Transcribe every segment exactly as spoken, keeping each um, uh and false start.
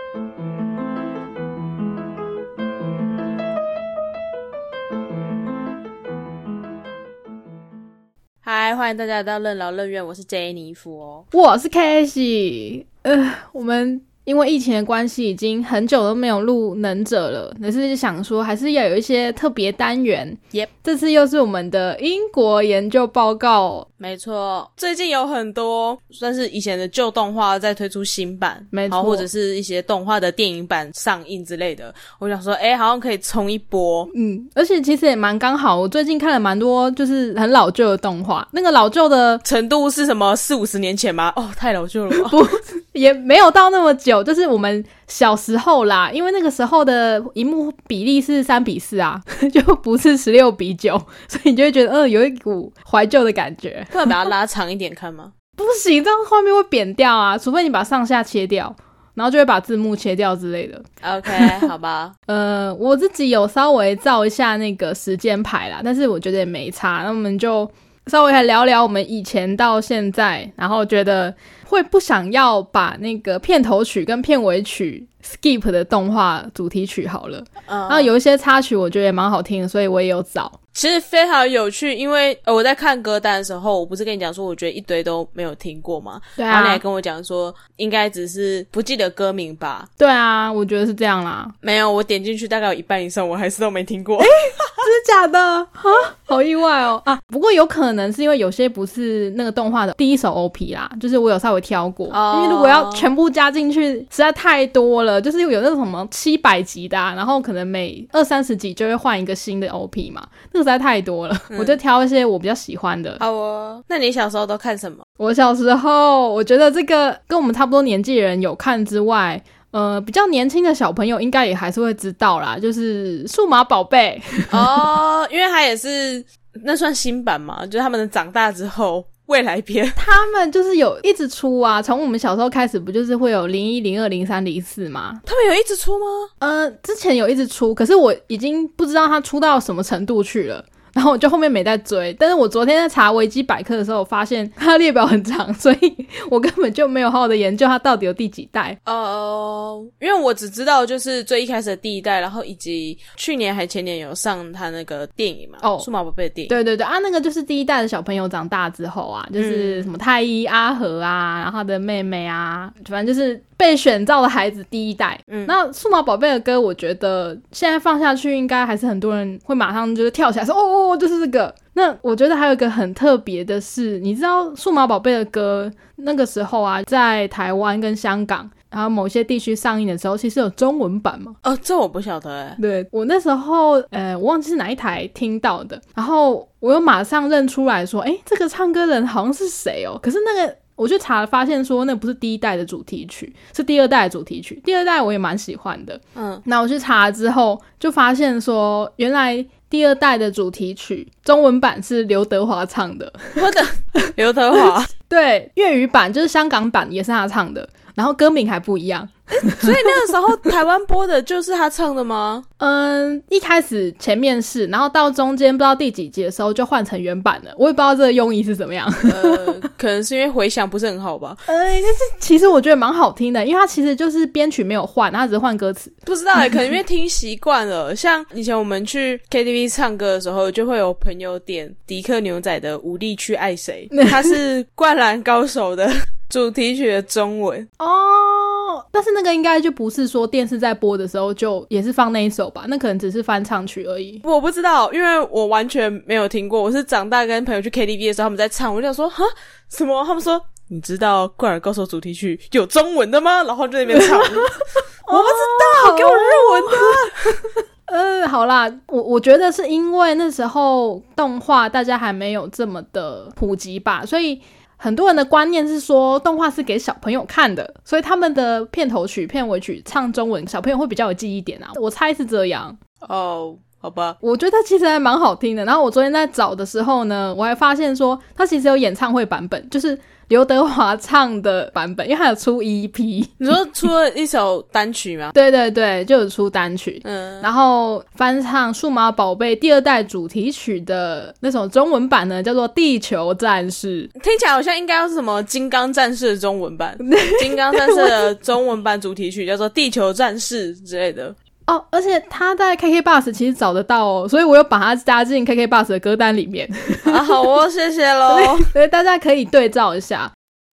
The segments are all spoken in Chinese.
嗨，欢迎大家来到任劳任怨，我是 Jennifer 哦， 我是 Casey。呃，我们因为疫情的关系，已经很久都没有录能者了，但是想说还是要有一些特别单元。 Yep， 这次又是我们的英国研究报告。 没错，最近有很多算是以前的旧动画在推出新版， 没错， 然后或者是一些动画的电影版上映之类的。我想说，诶，好像可以冲一波。 嗯，而且其实也蛮刚好，我最近看了蛮多就是很老旧的动画，那个老旧的程度是什么？四五十年前吗？哦，太老旧了吧？ 不，也没有到那么久，就是我们小时候啦，因为那个时候的萤幕比例是三比四啊，就不是十六比九，所以你就会觉得，呃，有一股怀旧的感觉。 不能把它拉长一点看吗？ 不行，这样画面会扁掉啊，除非你把上下切掉，然后就会把字幕切掉之类的。 OK， 好吧。 呃，我自己有稍微照一下那个时间牌啦，但是我觉得也没差，那我们就稍微来聊聊我们以前到现在，然后觉得会不想要把那个片头曲跟片尾曲 skip 的动画主题曲好了。嗯，然后有一些插曲我觉得也蛮好听的，所以我也有找。 其实非常有趣，因为、呃、我在看歌单的时候，我不是跟你讲说我觉得一堆都没有听过吗？ 对啊， 然后你还跟我讲说应该只是不记得歌名吧。 对啊，我觉得是这样啦。 没有，我点进去大概有一半以上我还是都没听过。 诶，真的假的？啊，好意外哦。啊，不过有可能是因为有些不是那个动画的第一首 O P 啦，就是我有稍微挑过、哦、因为如果要全部加进去实在太多了，就是有那种什么七百集的、啊、然后可能每二三十集就会换一个新的 O P 嘛，那个实在太多了、嗯、我就挑一些我比较喜欢的。 好哦，那你小时候都看什么？ 我小时候我觉得这个跟我们差不多年纪的人有看之外，呃，比较年轻的小朋友应该也还是会知道啦，就是数码宝贝哦，因为它也是那算新版嘛，就是他们长大之后未来篇， 他们就是有一直出啊，从我们小时候开始不就是会有零一、零二、零三、零四吗？ 他们有一直出吗？ 呃，之前有一直出，可是我已经不知道他出到什么程度去了，然后我就后面没再追。但是我昨天在查维基百科的时候，我发现它列表很长，所以我根本就没有好好的研究它到底有第几代。 哦、uh, 因为我只知道就是最一开始的第一代，然后以及去年还前年有上它那个电影嘛，哦，数码宝贝的电影。 对对对啊，那个就是第一代的小朋友长大之后啊，就是什么太一、阿和啊，然后他的妹妹啊，反正就是被选召的孩子第一代。嗯，那数码宝贝的歌，我觉得现在放下去，应该还是很多人会马上就是跳起来说，哦，就是这个。那我觉得还有一个很特别的是，你知道数码宝贝的歌那个时候啊，在台湾跟香港然后某些地区上映的时候，其实有中文版嘛？ 哦，这我不晓得诶。 对，我那时候呃，我忘记是哪一台听到的，然后我又马上认出来说，诶，这个唱歌人好像是谁哦？可是那个我去查了，发现说那不是第一代的主题曲，是第二代的主题曲。第二代我也蛮喜欢的，嗯，那我去查了之后，就发现说原来第二代的主题曲中文版是刘德华唱的。 我的刘德华对，粤语版就是香港版也是他唱的，然后歌名还不一样。 所以那个时候台湾播的就是他唱的吗？ 嗯，一开始前面是，然后到中间不知道第几集的时候就换成原版了，我也不知道这个用意是怎么样。 呃，可能是因为回响不是很好吧。 呃，但是其实我觉得蛮好听的，因为它其实就是编曲没有换，它只是换歌词。 不知道耶，可能因为听习惯了。像以前我们去 K T V 唱歌的时候，就会有朋友点迪克牛仔的《无力去爱谁》，它是《灌篮高手》的主题曲的中文哦，但是那个应该就不是说电视在播的时候就也是放那一首吧，那可能只是翻唱曲而已。 我不知道，因为我完全没有听过，我是长大跟朋友去 K T V 的时候他们在唱，我就想说哈什么，他们说你知道《灌篮高手》主题曲有中文的吗？然后就在那边唱我不知道、哦、给我日文的呃，好啦，我我觉得是因为那时候动画大家还没有这么的普及吧，所以很多人的观念是说动画是给小朋友看的，所以他们的片头曲片尾曲唱中文，小朋友会比较有记忆点啊，我猜是这样。 哦，好吧， 我觉得它其实还蛮好听的。然后我昨天在找的时候呢，我还发现说它其实有演唱会版本，就是刘德华唱的版本，因为他有出 E P。 你说出了一首单曲吗？ 对对对，就有出单曲。 嗯， 然后翻唱数码宝贝第二代主题曲的那首中文版呢，叫做地球战士。 听起来好像应该要是什么金刚战士的中文版金刚战士的中文版主题曲叫做地球战士之类的哦，而且他在 K K B O X 其实找得到哦，所以我有把它加进 K K B O X 的歌单里面。 啊，好哦，谢谢咯。 所以大家可以对照一下。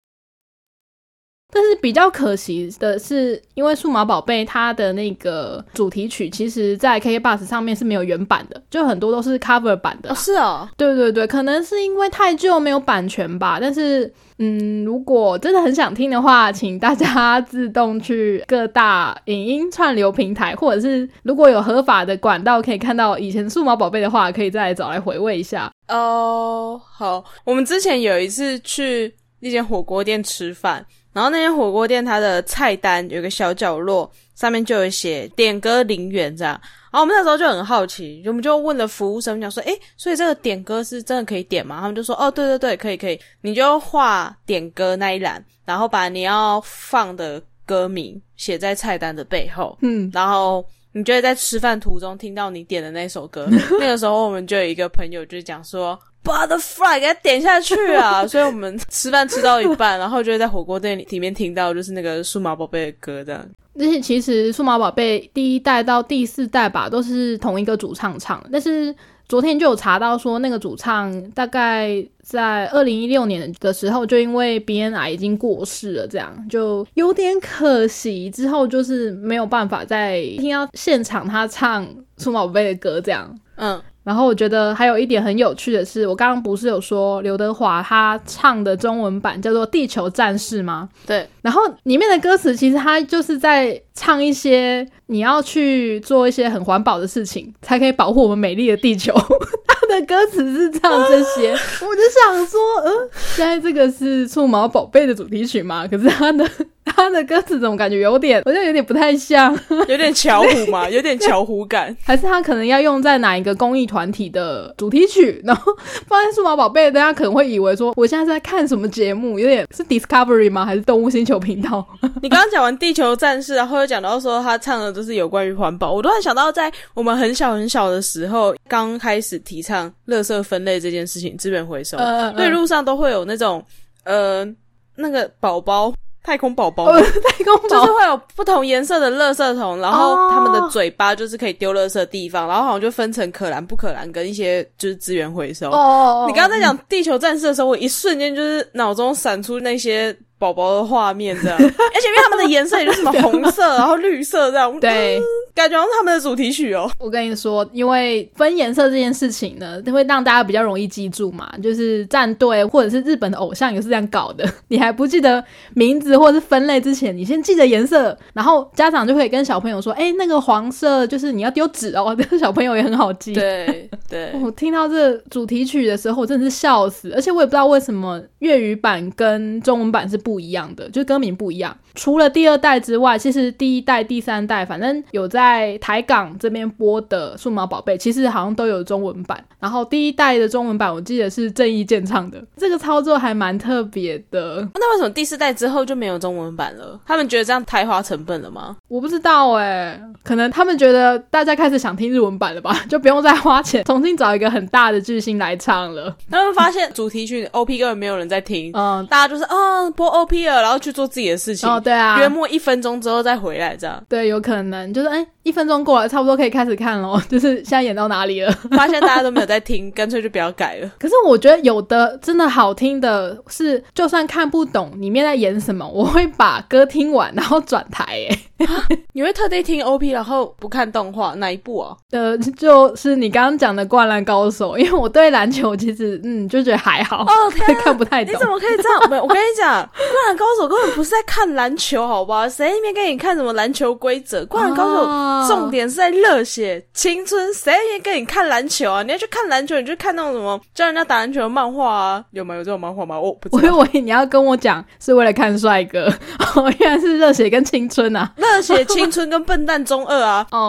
但是比较可惜的是，因为数码宝贝它的那个主题曲其实在 K K B O X 上面是没有原版的，就很多都是 cover 版的。 哦，是哦。 对对对，可能是因为太旧没有版权吧。但是嗯，如果真的很想听的话，请大家自动去各大影音串流平台，或者是如果有合法的管道可以看到以前数码宝贝的话，可以再来找来回味一下。 哦，好，我们之前有一次去一间火锅店吃饭，然后那间火锅店它的菜单有个小角落，上面就有写点歌零元这样。然后我们那时候就很好奇，我们就问了服务生，讲说诶，所以这个点歌是真的可以点吗？他们就说哦对对对，可以可以，你就画点歌那一栏，然后把你要放的歌名写在菜单的背后，嗯，然后你就会在吃饭途中听到你点的那首歌。那个时候我们就有一个朋友就讲说Butterfly 给他点下去啊。所以我们吃饭吃到一半，然后就会在火锅店里面听到就是那个数码宝贝的歌这样。 而且其实数码宝贝第一代到第四代吧都是同一个主唱唱的，但是昨天就有查到说那个主唱大概在二零一六年的时候就因为鼻咽癌已经过世了，这样就有点可惜，之后就是没有办法再听到现场他唱数码宝贝的歌这样。嗯，然后我觉得还有一点很有趣的是，我刚刚不是有说刘德华他唱的中文版叫做地球战士吗？ 对， 然后里面的歌词其实他就是在唱一些你要去做一些很环保的事情才可以保护我们美丽的地球。他的歌词是唱这些。我就想说嗯，现在这个是数码宝贝的主题曲吗？可是他的他的歌词怎么感觉有点我觉得有点不太像， 有点巧虎嘛，有点巧虎感。 还是他可能要用在哪一个公益团体的主题曲，然后放在数码宝贝，大家可能会以为说我现在在看什么节目，有点是 Discovery 吗？还是动物星球频道？ 你刚刚讲完地球战士，然后又讲到说他唱的都是有关于环保，我突然想到在我们很小很小的时候刚开始提倡垃圾分类这件事情，资源回收，呃、对，路上都会有那种呃那个宝宝太空宝宝、哦、 太空宝就是会有不同颜色的垃圾桶，然后他们的嘴巴就是可以丢垃圾的地方、哦、然后好像就分成可燃不可燃跟一些就是资源回收。哦，你刚刚在讲地球战士的时候，我一瞬间就是脑中闪出那些宝宝的画面这样。而且因为他们的颜色也就是什么红色然后绿色这样， 对、嗯， 感觉好像他们的主题曲哦。 我跟你说，因为分颜色这件事情呢会让大家比较容易记住嘛，就是战队或者是日本的偶像也是这样搞的，你还不记得名字或者是分类之前，你先记得颜色，然后家长就可以跟小朋友说，诶，那个黄色就是你要丢纸哦，这个小朋友也很好记。 对对， 我听到这主题曲的时候我真的是笑死，而且我也不知道为什么粤语版跟中文版是不一样的，就是歌名不一样。除了第二代之外，其实第一代第三代反正有在台港这边播的数码宝贝其实好像都有中文版，然后第一代的中文版我记得是郑伊健唱的，这个操作还蛮特别的。 那为什么第四代之后就没有中文版了？他们觉得这样太花成本了吗？ 我不知道耶、欸、可能他们觉得大家开始想听日文版了吧，就不用再花钱重新找一个很大的巨星来唱了。 他们发现主题曲 O P 根本没有人在听，嗯，大家就是啊播 O P 了，然后去做自己的事情。 哦，对啊， 约莫一分钟之后再回来这样。 对，有可能就是哎，一分钟过了差不多可以开始看咯，就是现在演到哪里了， 发现大家都没有在听，干脆就不要改了。 可是我觉得有的真的好听的是就算看不懂里面在演什么，我会把歌听完然后转台耶。 你会特地听 O P 然后不看动画？哪一部啊？ 呃，就是你刚刚讲的灌篮高手，因为我对篮球其实嗯就觉得还好哦，天啊看不太懂。 你怎么可以这样？没有，我跟你讲，灌篮高手根本不是在看篮球好吧，谁一面跟你看什么篮球规则？灌篮高手重点是在热血青春，谁一面跟你看篮球啊？你要去看篮球你就看那种什么教人家打篮球的漫画啊，有吗？有这种漫画吗？我不知道。 我以为你要跟我讲是为了看帅哥，哦，原来是热血跟青春啊， 热血青春跟笨蛋中二啊。 哦，对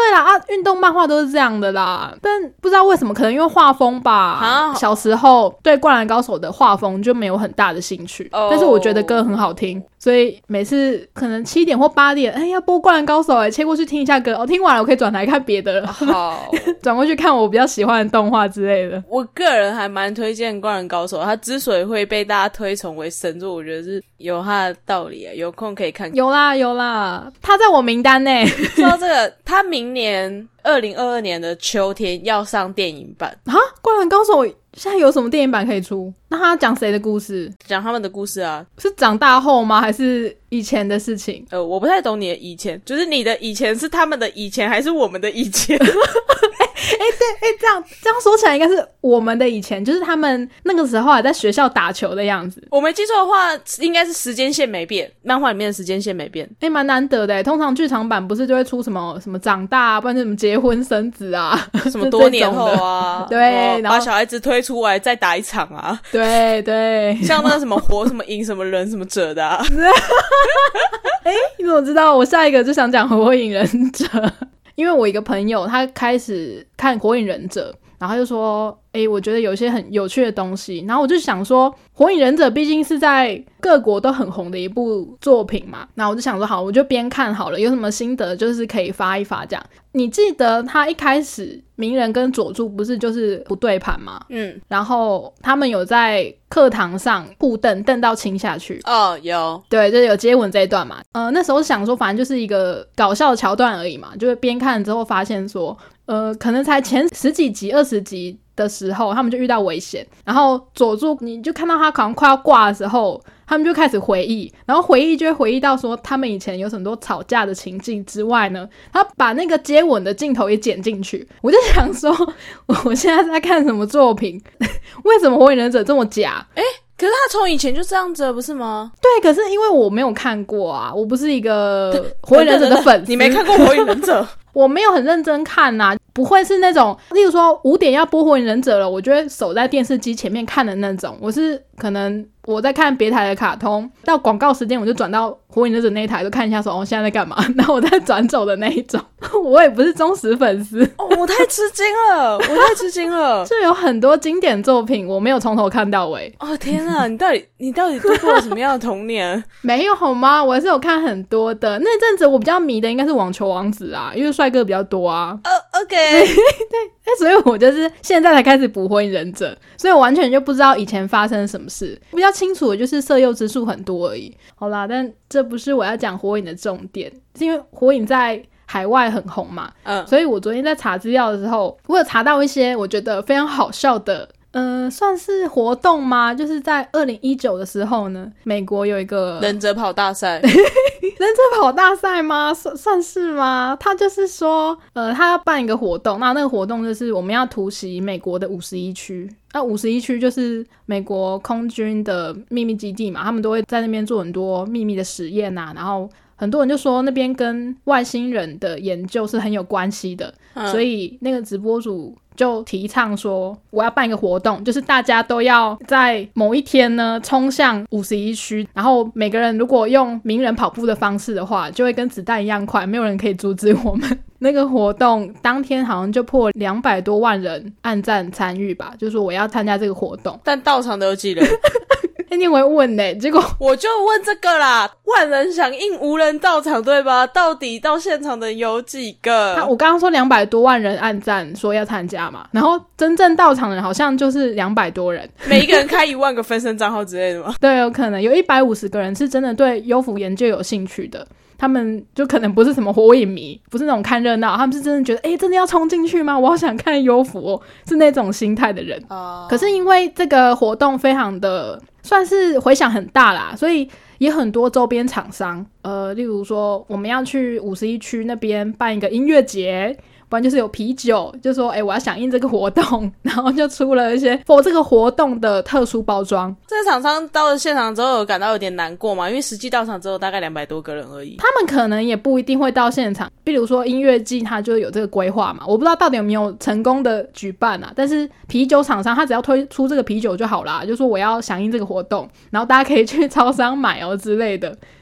对啦啊，运动漫画都是这样的啦，但不知道为什么，可能因为画风吧、啊、小时候对灌篮高手的画风就没有很大的兴趣、oh. 但是我觉得歌很好听，所以每次可能七点或八点哎要播灌篮高手哎，切过去听一下歌，哦听完了我可以转台看别的了，好转过去看我比较喜欢的动画之类的。 我个人还蛮推荐灌篮高手，他之所以会被大家推崇为神作，我觉得是有他的道理啊，有空可以看。 有啦有啦，他在我名单内。 说到这个，他明年二零二二年的秋天要上电影版啊！灌篮高手现在有什么电影版可以出？那他讲谁的故事？ 讲他们的故事啊。 是长大后吗？还是以前的事情？ 呃，我不太懂你的以前，就是你的以前是他们的以前还是我们的以前？ 哎、欸，对，哎、欸，这样这样说起来应该是我们的以前，就是他们那个时候还在学校打球的样子。 我没记错的话，应该是时间线没变，漫画里面的时间线没变。 哎、欸，蛮难得的哎，通常剧场版不是就会出什么什么长大啊，不然就什么结婚生子啊， 什么多年后啊， 对，然后把小孩子推出来再打一场啊， 对对， 像那什么活什么赢什么人什么者的啊。 哎、欸，你怎么知道？我下一个就想讲火影忍者。因为我一个朋友他开始看火影忍者，然后就说诶我觉得有一些很有趣的东西，然后我就想说火影忍者毕竟是在各国都很红的一部作品嘛，那我就想说好我就边看好了，有什么心得就是可以发一发这样。你记得他一开始鸣人跟佐助不是就是不对盘吗？嗯，然后他们有在课堂上互瞪，瞪到亲下去。 哦，有， 对，就是有接吻这一段嘛。呃，那时候想说反正就是一个搞笑的桥段而已嘛，就是边看之后发现说呃，可能才前十几集二十集的时候他们就遇到危险，然后佐助你就看到他可能快要挂的时候，他们就开始回忆，然后回忆就会回忆到说他们以前有很多吵架的情境之外呢，他把那个接吻的镜头也剪进去。我就想说我现在在看什么作品为什么火影忍者这么假？ 诶可是他从以前就这样子了不是吗？ 对，可是因为我没有看过啊，我不是一个火影忍者的粉丝。 你没看过火影忍者？ 我没有很认真看啊，不会是那种例如说五点要播火影忍者了我就会守在电视机前面看的那种，我是可能我在看别台的卡通，到广告时间我就转到火影忍者那一台就看一下说哦现在在干嘛，然后我再转走的那一种我也不是忠实粉丝。 哦，我太吃惊了我太吃惊了就有很多经典作品我没有从头看到尾。 哦天啊，你到底你到底度过了什么样的童年？ 没有好吗？我还是有看很多的，那阵子我比较迷的应该是网球王子啊，因为帅哥比较多啊。 呃、uh, OK 对，所以我就是现在才开始补火影忍者，所以我完全就不知道以前发生什么事，比较清楚的就是色诱之术很多而已。好啦，但这不是我要讲火影的重点，是因为火影在海外很红嘛，嗯，所以我昨天在查资料的时候我有查到一些我觉得非常好笑的呃，算是活动吗？就是在二零一九的时候呢，美国有一个忍者跑大赛忍者跑大赛吗？算算是吗？他就是说呃，他要办一个活动，那那个活动就是我们要突袭美国的五十一区，那五十一区就是美国空军的秘密基地嘛，他们都会在那边做很多秘密的实验啊，然后很多人就说那边跟外星人的研究是很有关系的、嗯、所以那个直播主就提倡说我要办一个活动，就是大家都要在某一天呢冲向五十一区，然后每个人如果用鸣人跑步的方式的话就会跟子弹一样快，没有人可以阻止我们。那个活动当天好像就破两百多万人按赞参与吧，就是说我要参加这个活动。 但到场的有几人？ 欸、你会问呢、欸？结果我就问这个啦，万人响应无人到场对吧？到底到现场的有几个？ 他我刚刚说两百多万人按赞说要参加嘛，然后真正到场的人好像就是两百多人， 每一个人开一万个分身账号之类的吗？ 对，有可能有一百五十个人是真的对幽浮研究有兴趣的，他们就可能不是什么火影迷，不是那种看热闹，他们是真的觉得诶真的要冲进去吗？我好想看幽浮哦，是那种心态的人、uh... 可是因为这个活动非常的算是回响很大啦，所以也很多周边厂商呃，例如说我们要去五十一区那边办一个音乐节，不然就是有啤酒，就说诶我要响应这个活动，然后就出了一些 for 这个活动的特殊包装。 这个厂商到了现场之后有感到有点难过嘛？因为实际到场之后大概两百多个人而已， 他们可能也不一定会到现场，比如说音乐季它就有这个规划嘛，我不知道到底有没有成功的举办啊，但是啤酒厂商他只要推出这个啤酒就好啦，就说我要响应这个活动，然后大家可以去超商买哦之类的。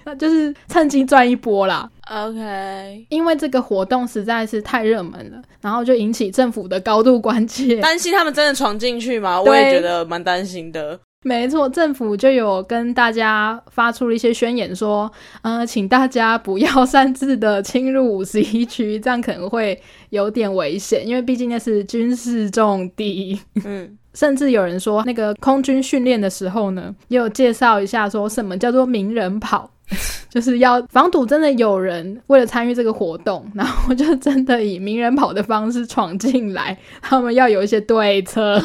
就是趁机赚一波啦。 OK， 因为这个活动实在是太热门了，然后就引起政府的高度关切。 担心他们真的闯进去吗？我也觉得蛮担心的。 没错，政府就有跟大家发出了一些宣言说，呃，请大家不要擅自的侵入五十一区，这样可能会有点危险，因为毕竟那是军事重地。嗯，甚至有人说，那个空军训练的时候呢，也有介绍一下说什么叫做名人跑。就是要防堵真的有人为了参与这个活动，然后就真的以名人跑的方式闯进来，他们要有一些对策。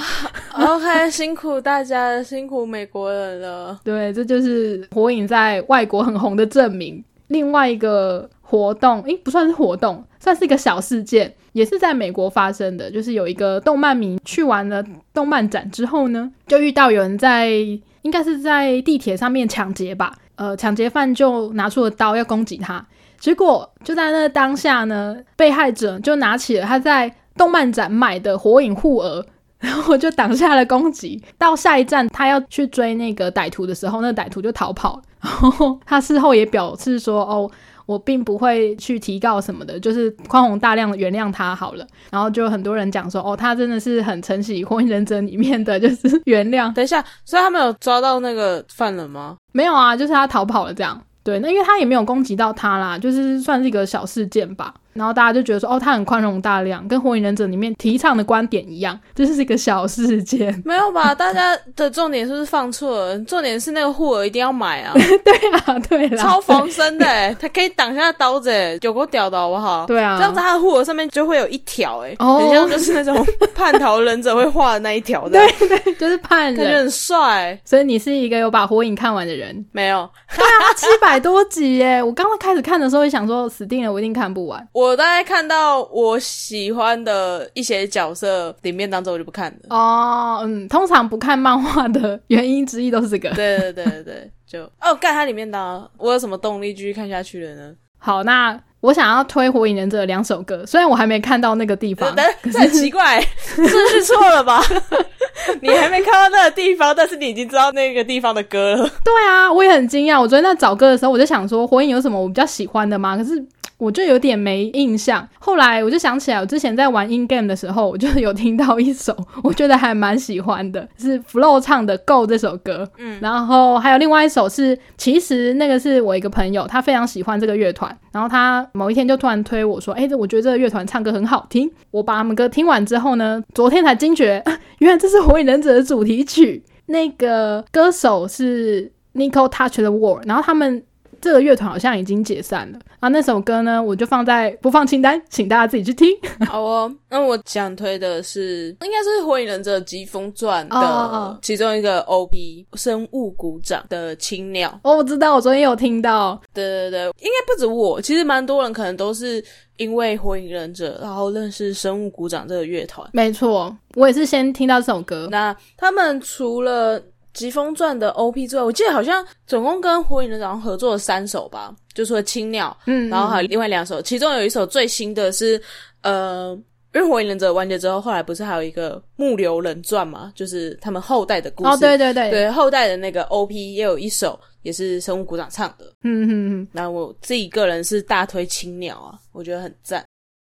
OK， 辛苦大家了，辛苦美国人了。 对，这就是火影在外国很红的证明。另外一个活动，诶，不算是活动，算是一个小事件，也是在美国发生的，就是有一个动漫迷去完了动漫展之后呢，就遇到有人在应该是在地铁上面抢劫吧，呃，抢劫犯就拿出了刀要攻击他，结果就在那当下呢，被害者就拿起了他在动漫展买的火影护额，然后就挡下了攻击。到下一站他要去追那个歹徒的时候，那个歹徒就逃跑了，然后他事后也表示说，哦，我并不会去提告什么的，就是宽宏大量的原谅他好了。然后就很多人讲说，哦，他真的是很承袭火影忍者里面的就是原谅。 等一下，所以他们有抓到那个犯人吗？ 没有啊，就是他逃跑了这样。对，那因为他也没有攻击到他啦，就是算是一个小事件吧。然后大家就觉得说，哦，他很宽容大量，跟火影忍者里面提倡的观点一样，这是一个小事件。 没有吧？大家的重点是不是放错了？重点是那个护额一定要买啊！ 对啊，对啦， 超防身的欸，他可以挡下刀子欸，有够屌的好不好？ 对啊， 这样子他的护额上面就会有一条欸， 哦， 很像就是那种叛逃忍者会画的那一条的。 对对，就是叛人， 感觉很帅。 所以你是一个有把火影看完的人？ 没有。 对啊，七百多集耶！我刚刚开始看的时候也想说，死定了，我一定看不完。 我大概看到我喜欢的一些角色里面当中，我就不看了。 哦，嗯，通常不看漫画的原因之一都是这个。 对对对对对，就哦，干它里面当我有什么动力继续看下去了呢？ 好，那我想要推火影忍者的两首歌，虽然我还没看到那个地方， 但这很奇怪，顺序错了吧？你还没看到那个地方，但是你已经知道那个地方的歌了。 对啊，我也很惊讶。我昨天在找歌的时候，我就想说火影有什么我比较喜欢的吗？可是我就有点没印象。后来我就想起来，我之前在玩 in game 的时候，我就有听到一首我觉得还蛮喜欢的，是 Flow 唱的 Go 这首歌。嗯，然后还有另外一首是，其实那个是我一个朋友，他非常喜欢这个乐团，然后他某一天就突然推我说，诶，我觉得这个乐团唱歌很好听。我把他们歌听完之后呢，昨天才惊觉，啊，原来这是火影忍者的主题曲。那个歌手是 Nico Touch the World， 然后他们这个乐团好像已经解散了，然后那首歌呢我就放在播放清单，请大家自己去听。 好哦，那我想推的是应该是火影忍者疾风传的其中一个 O P 生物股长的青鸟。 哦，我知道，我昨天有听到。 对对对，应该不止我，其实蛮多人可能都是因为火影忍者然后认识生物股长这个乐团。 没错，我也是先听到这首歌。 那他们除了疾风传的 O P 之外，我记得好像总共跟火影忍者合作了三首吧，就除了青鸟，嗯，然后还有另外两首，其中有一首最新的是呃因为火影忍者完结之后，后来不是还有一个木流人传嘛，就是他们后代的故事。 哦，对对对， 对，后代的那个 O P 也有一首也是生物股长唱的。嗯嗯嗯。那我自己个人是大推青鸟啊，我觉得很赞。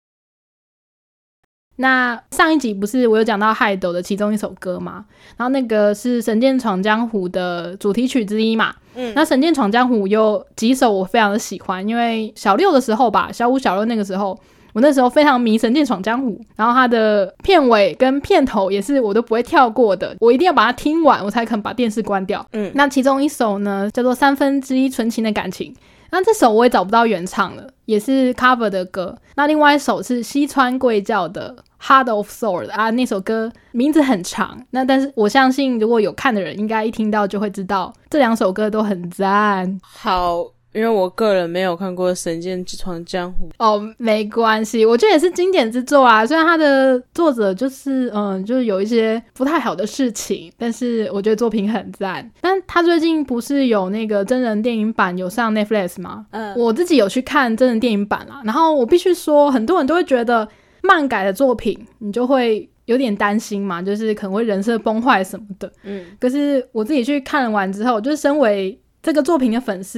那上一集不是我有讲到海斗的其中一首歌吗？然后那个是神剑闯江湖的主题曲之一嘛。嗯，那神剑闯江湖有几首我非常的喜欢，因为小六的时候吧，小五小六那个时候，我那时候非常迷神剑闯江湖，然后它的片尾跟片头也是我都不会跳过的，我一定要把它听完我才肯把电视关掉。嗯，那其中一首呢叫做三分之一纯情的感情，那这首我也找不到原唱了，也是 cover 的歌。那另外一首是西川贵教的 Heart of Sword 啊，那首歌名字很长，那但是我相信如果有看的人应该一听到就会知道这两首歌都很赞。 好，因为我个人没有看过神剑闯江湖。 哦，没关系，我觉得也是经典之作啊，虽然它的作者就是嗯，就是有一些不太好的事情，但是我觉得作品很赞。但他最近不是有那个真人电影版有上 Netflix 吗？嗯，我自己有去看真人电影版啦，然后我必须说很多人都会觉得漫改的作品你就会有点担心嘛，就是可能会人设崩坏什么的。嗯，可是我自己去看完之后，就是身为这个作品的粉丝，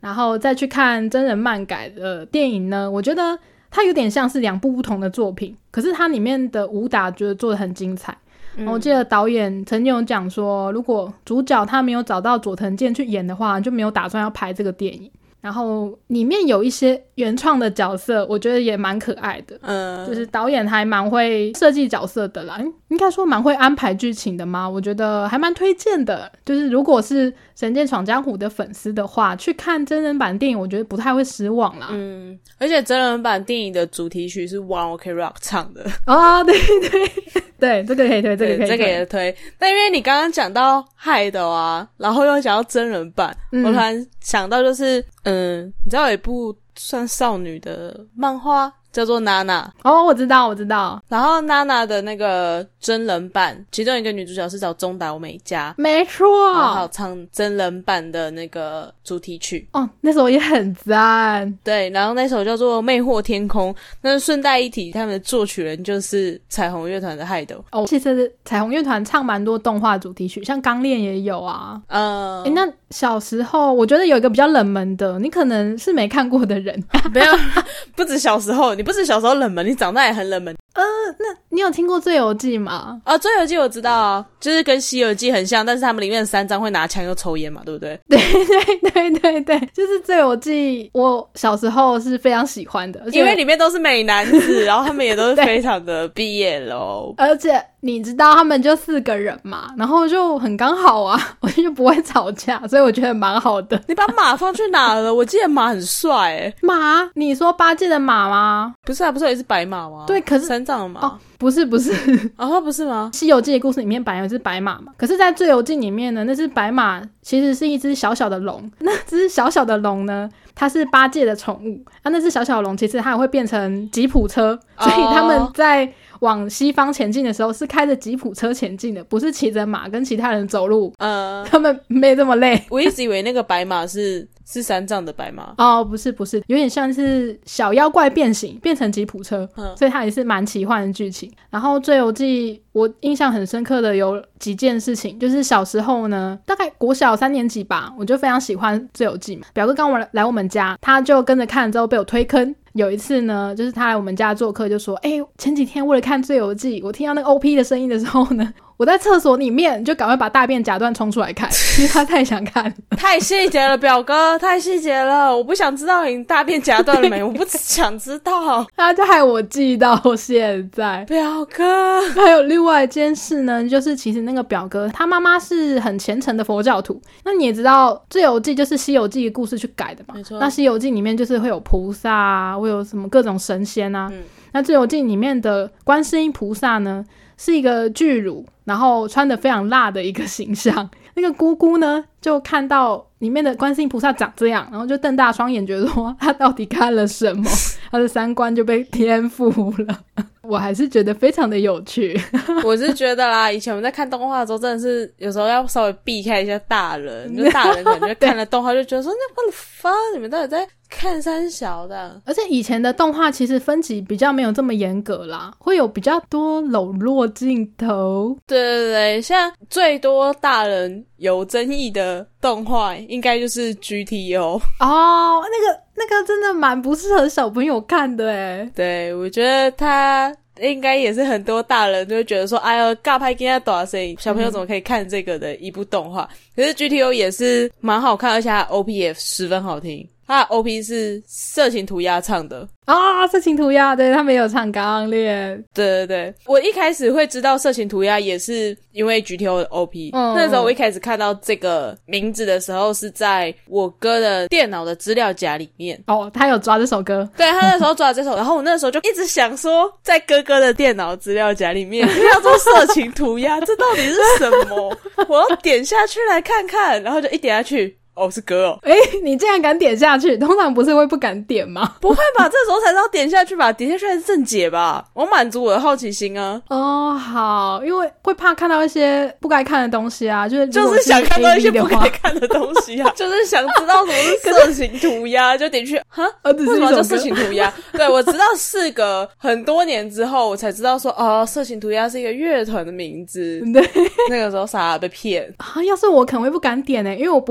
然后再去看真人漫改的电影呢，我觉得它有点像是两部不同的作品，可是它里面的武打觉得做得很精彩。嗯、我记得导演曾经有讲说，如果主角他没有找到佐藤健去演的话，就没有打算要拍这个电影。然后里面有一些原创的角色，我觉得也蛮可爱的，嗯，就是导演还蛮会设计角色的啦，应该说蛮会安排剧情的嘛，我觉得还蛮推荐的。就是如果是《神剑闯江湖》的粉丝的话，去看真人版电影，我觉得不太会失望啦。 嗯，而且真人版电影的主题曲是 One Ok Rock 唱的。 哦，对对对，这个可以推，这个可以推， 这个也推。但因为你刚刚讲到害的啊，然后又讲到真人版，嗯、我突然想到就是。嗯，你知道有一部算少女的漫画叫做娜娜。 哦，我知道我知道。 然后娜娜的那个真人版，其中一个女主角是找中岛美嘉， 没错， 然后还有唱真人版的那个主题曲。 哦，那首也很赞。 对，然后那首叫做《魅惑天空》。那顺带一提，他们的作曲人就是彩虹乐团的海斗。 哦，其实彩虹乐团唱蛮多动画主题曲，像《钢炼》也有啊。嗯，诶，那小时候我觉得有一个比较冷门的，你可能是没看过的人。 没有，不止小时候，你不止小时候冷门，你长大也很冷门。 呃，那你有听过《醉游记》吗？ 啊，《醉游记》我知道啊，就是跟《西游记》很像，但是他们里面的三藏会拿枪又抽烟嘛，对不对？ 对对对对对，就是《醉游记》，我小时候是非常喜欢的， 因为里面都是美男子，然后他们也都是非常的毕业喽， 而且你知道他们就四个人嘛，然后就很刚好啊，我就不会吵架，所以我觉得蛮好的。 你把马放去哪了？我记得马很帅诶。 马？你说八戒的马吗？ 不是啊，不是也是白马吗？ 对，可是三藏的马。 哦，不是不是。 哦，不是吗？ 西游记的故事里面本来有一只白马嘛，可是在醉游记里面呢，那只白马其实是一只小小的龙，那只小小的龙呢，它是八戒的宠物啊。那只小小的龙其实它也会变成吉普车，所以他们在往西方前进的时候是开着吉普车前进的，不是骑着马跟其他人走路。呃，他们没这么累。 我一直以为那个白马是是三藏的白马。 哦，不是不是，有点像是小妖怪变形变成吉普车，嗯，所以它也是蛮奇幻的剧情。然后《醉游记》我印象很深刻的有几件事情，就是小时候呢，大概国小三年级吧，我就非常喜欢《醉游记》嘛。表哥刚来我们家，他就跟着看了之后被我推坑。有一次呢，就是他来我们家做客，就说：“哎、欸，前几天为了看《醉游记》，我听到那个 O P 的声音的时候呢，我在厕所里面就赶快把大便夹断冲出来看，因为他太想看， 太细节了，表哥，太细节了，我不想知道你大便夹断了没，我不想知道。” 他就害我记到现在。 表哥， 还有另外一件事呢，就是其实那个表哥他妈妈是很虔诚的佛教徒，那你也知道《醉游记》就是《西游记》的故事去改的嘛，没错。那《西游记》里面就是会有菩萨啊，会有什么各种神仙啊。嗯、那《醉游记》里面的观世音菩萨呢，是一个巨乳，然后穿得非常辣的一个形象。那个姑姑呢，就看到里面的观世音菩萨长这样，然后就瞪大双眼，觉得说他到底看了什么，他的三观就被颠覆了。我还是觉得非常的有趣。 我是觉得啦，以前我们在看动画的时候，真的是有时候要稍微避开一下大人，就大人可能就看了动画就觉得说那 what the fuck， 你们到底在看三小的。 而且以前的动画其实分级比较没有这么严格啦，会有比较多裸露镜头。 对对对，像最多大人有争议的动画应该就是 G T O 哦，那个那个真的蛮不适合小朋友看的诶。 对，我觉得他应该也是很多大人都会觉得说，哎呦，尬拍跟他大声，小朋友怎么可以看这个的一部动画？可是 G T O 也是蛮好看，而且它 O P 也十分好听。它的 O P 是色情涂鸦唱的啊，色情涂鸦，对，他们也有唱钢炼。 对对对，我一开始会知道色情涂鸦也是因为 G T O 的 O P、嗯、那时候我一开始看到这个名字的时候是在我哥的电脑的资料夹里面。 哦，他有抓这首歌。 对，他那时候抓这首然后我那时候就一直想说在哥哥的电脑资料夹里面要做色情涂鸦这到底是什么我要点下去来看看，然后就一点下去哦，是歌哦！ 诶，你竟然敢点下去？通常不是会不敢点吗？ 不会吧，这时候才是要点下去吧？点下去还是正解吧？我满足我的好奇心啊！ 哦，好，因为会怕看到一些不该看的东西啊，就是就是想看到一些不该看的东西啊，就是想知道什么是色情涂鸦，就点去哈，为什么叫色情涂鸦？对，我直到事隔很多年之后，我才知道说哦，色情涂鸦是一个乐团的名字。对，那个时候傻傻被骗啊！要是我可能会不敢点诶、欸，因为我不会想要因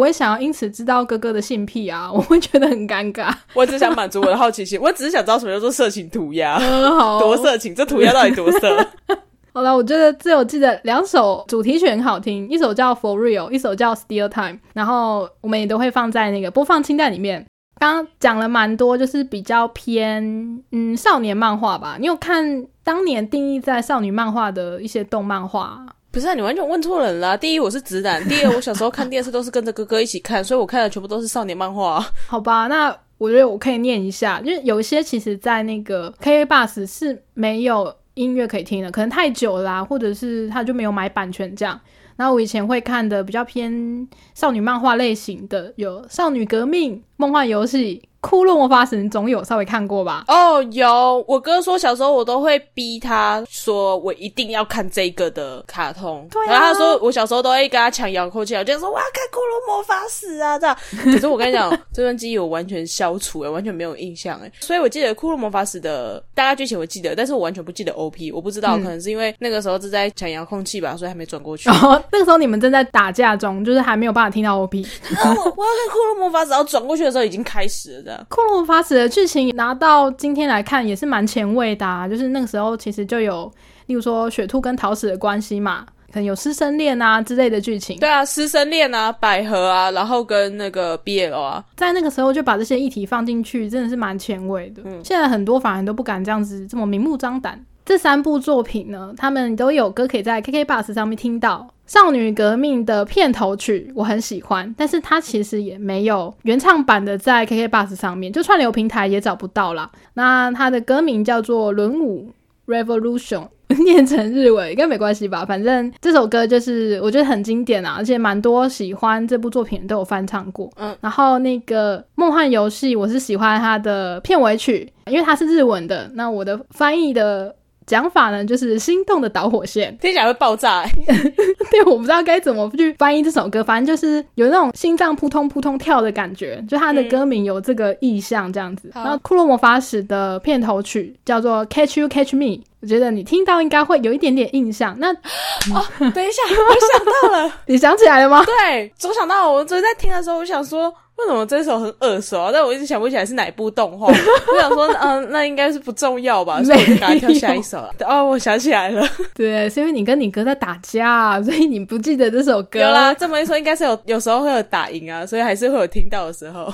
因此知道哥哥的性癖啊，我会觉得很尴尬。 我只想满足我的好奇心，我只是想知道什么叫做色情涂鸦、 嗯、好多色情，这涂鸦到底多色？ 好了，我觉得最有记得两首主题曲很好听，一首叫 For Real， 一首叫 Still Time， 然后我们也都会放在那个播放清单里面。刚刚讲了蛮多就是比较偏嗯少年漫画吧，你有看当年定义在少女漫画的一些动漫画？ 不是啊，你完全问错人啦。第一，我是直男；第二，我小时候看电视都是跟着哥哥一起看，所以我看的全部都是少年漫画。 好吧，那我觉得我可以念一下，就是有一些其实在那个 K K B O X 是没有音乐可以听的，可能太久啦、啊，或者是他就没有买版权这样。然后我以前会看的比较偏少女漫画类型的有少女革命、梦幻游戏、库洛魔法使，你总有稍微看过吧？ 哦，有。我哥说小时候我都会逼他说我一定要看这个的卡通， 对啊， 然后他说我小时候都会跟他抢遥控器，我就说我要看库洛魔法使啊这样。可是我跟你讲，这段记忆我完全消除了，完全没有印象诶。所以我记得库洛魔法使的大概剧情我记得，但是我完全不记得 O P， 我不知道、嗯、可能是因为那个时候是在抢遥控器吧，所以还没转过去。 哦，那个时候你们正在打架中，就是还没有办法听到 O P。 啊、我我要看库洛魔法使，然后转过去的时候已经开始了这样。 库洛魔法使的剧情拿到今天来看也是蛮前卫的啊，就是那个时候其实就有例如说雪兔跟桃矢的关系嘛，可能有师生恋啊之类的剧情。 对啊，师生恋啊，百合啊，然后跟那个 B L 啊， 在那个时候就把这些议题放进去，真的是蛮前卫的、嗯、现在很多反而都不敢这样子这么明目张胆。这三部作品呢，他们都有歌可以在 K K B O X 上面听到。少女革命的片头曲我很喜欢，但是它其实也没有原唱版的在 K K B O X 上面，就串流平台也找不到啦。那它的歌名叫做轮舞 Revolution， 念成日文应该没关系吧，反正这首歌就是我觉得很经典啊，而且蛮多喜欢这部作品都有翻唱过。嗯，然后那个梦幻游戏我是喜欢它的片尾曲，因为它是日文的，那我的翻译的讲法呢就是心动的导火线， 听起来会爆炸、欸、 对，我不知道该怎么去翻译这首歌，反正就是有那种心脏扑通扑通跳的感觉，就它的歌名有这个意象这样子、嗯、然后库洛魔法使的片头曲叫做 Catch You Catch Me， 我觉得你听到应该会有一点点印象。那哦，等一下我想到了你想起来了吗？ 对，我想到了，我昨天在听的时候我想说为什么这首很耳熟、啊、但我一直想不起来是哪一部动画我想说嗯、呃，那应该是不重要吧，所以我就赶快跳下一首了。哦，我想起来了， 对，是因为你跟你哥在打架，所以你不记得这首歌。 有啦，这么一说应该是有有时候会有打赢啊，所以还是会有听到的时候。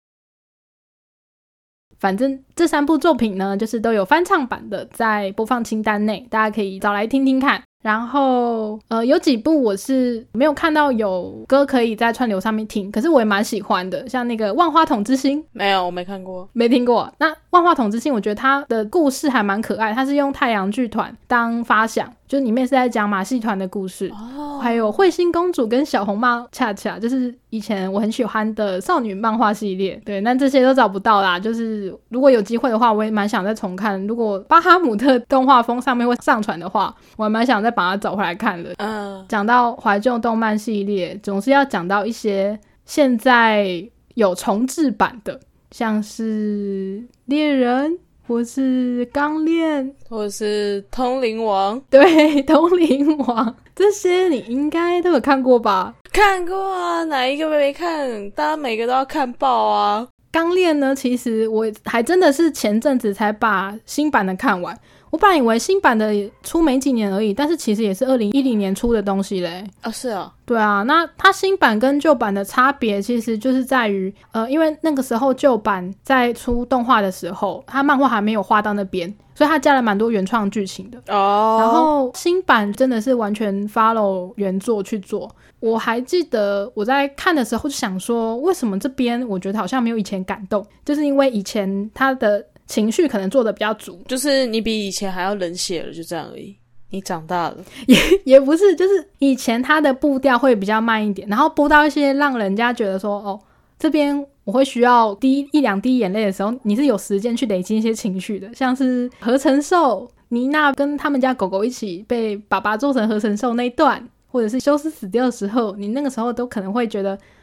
反正这三部作品呢就是都有翻唱版的在播放清单内，大家可以找来听听看。然后呃，有几部我是没有看到有歌可以在串流上面听，可是我也蛮喜欢的，像那个万花筒之星。 没有，我没看过， 没听过。那万花筒之星我觉得它的故事还蛮可爱，它是用太阳剧团当发想，就里面是在讲马戏团的故事、哦、还有彗星公主跟小红帽恰恰，就是以前我很喜欢的少女漫画系列。对，那这些都找不到啦，就是如果有机会的话我也蛮想再重看，如果巴哈姆特动画风上面会上传的话，我还蛮想再把它找回来看的。嗯，讲到怀旧动漫系列总是要讲到一些现在有重制版的，像是猎人或是钢炼或是通灵王。 对，通灵王这些你应该都有看过吧？ 看过啊，哪一个没看？大家每个都要看爆啊。 钢炼呢，其实我还真的是前阵子才把新版的看完，我本来以为新版的出没几年而已，但是其实也是二零一零年出的东西嘞。 哦，是啊。 对啊，那它新版跟旧版的差别其实就是在于呃，因为那个时候旧版在出动画的时候它漫画还没有画到那边，所以它加了蛮多原创剧情的。哦。然后新版真的是完全 follow 原作去做。我还记得我在看的时候就想说，为什么这边我觉得好像没有以前感动，就是因为以前它的情绪可能做的比较足， 就是你比以前还要冷血了，就这样而已。你长大了。 也也不是，就是以前它的步调会比较慢一点，然后播到一些让人家觉得说哦，这边我会需要滴一两滴眼泪的时候，你是有时间去累积一些情绪的，像是合成兽妮娜跟他们家狗狗一起被爸爸做成合成兽那一段，或者是休斯死掉的时候，你那个时候都可能会觉得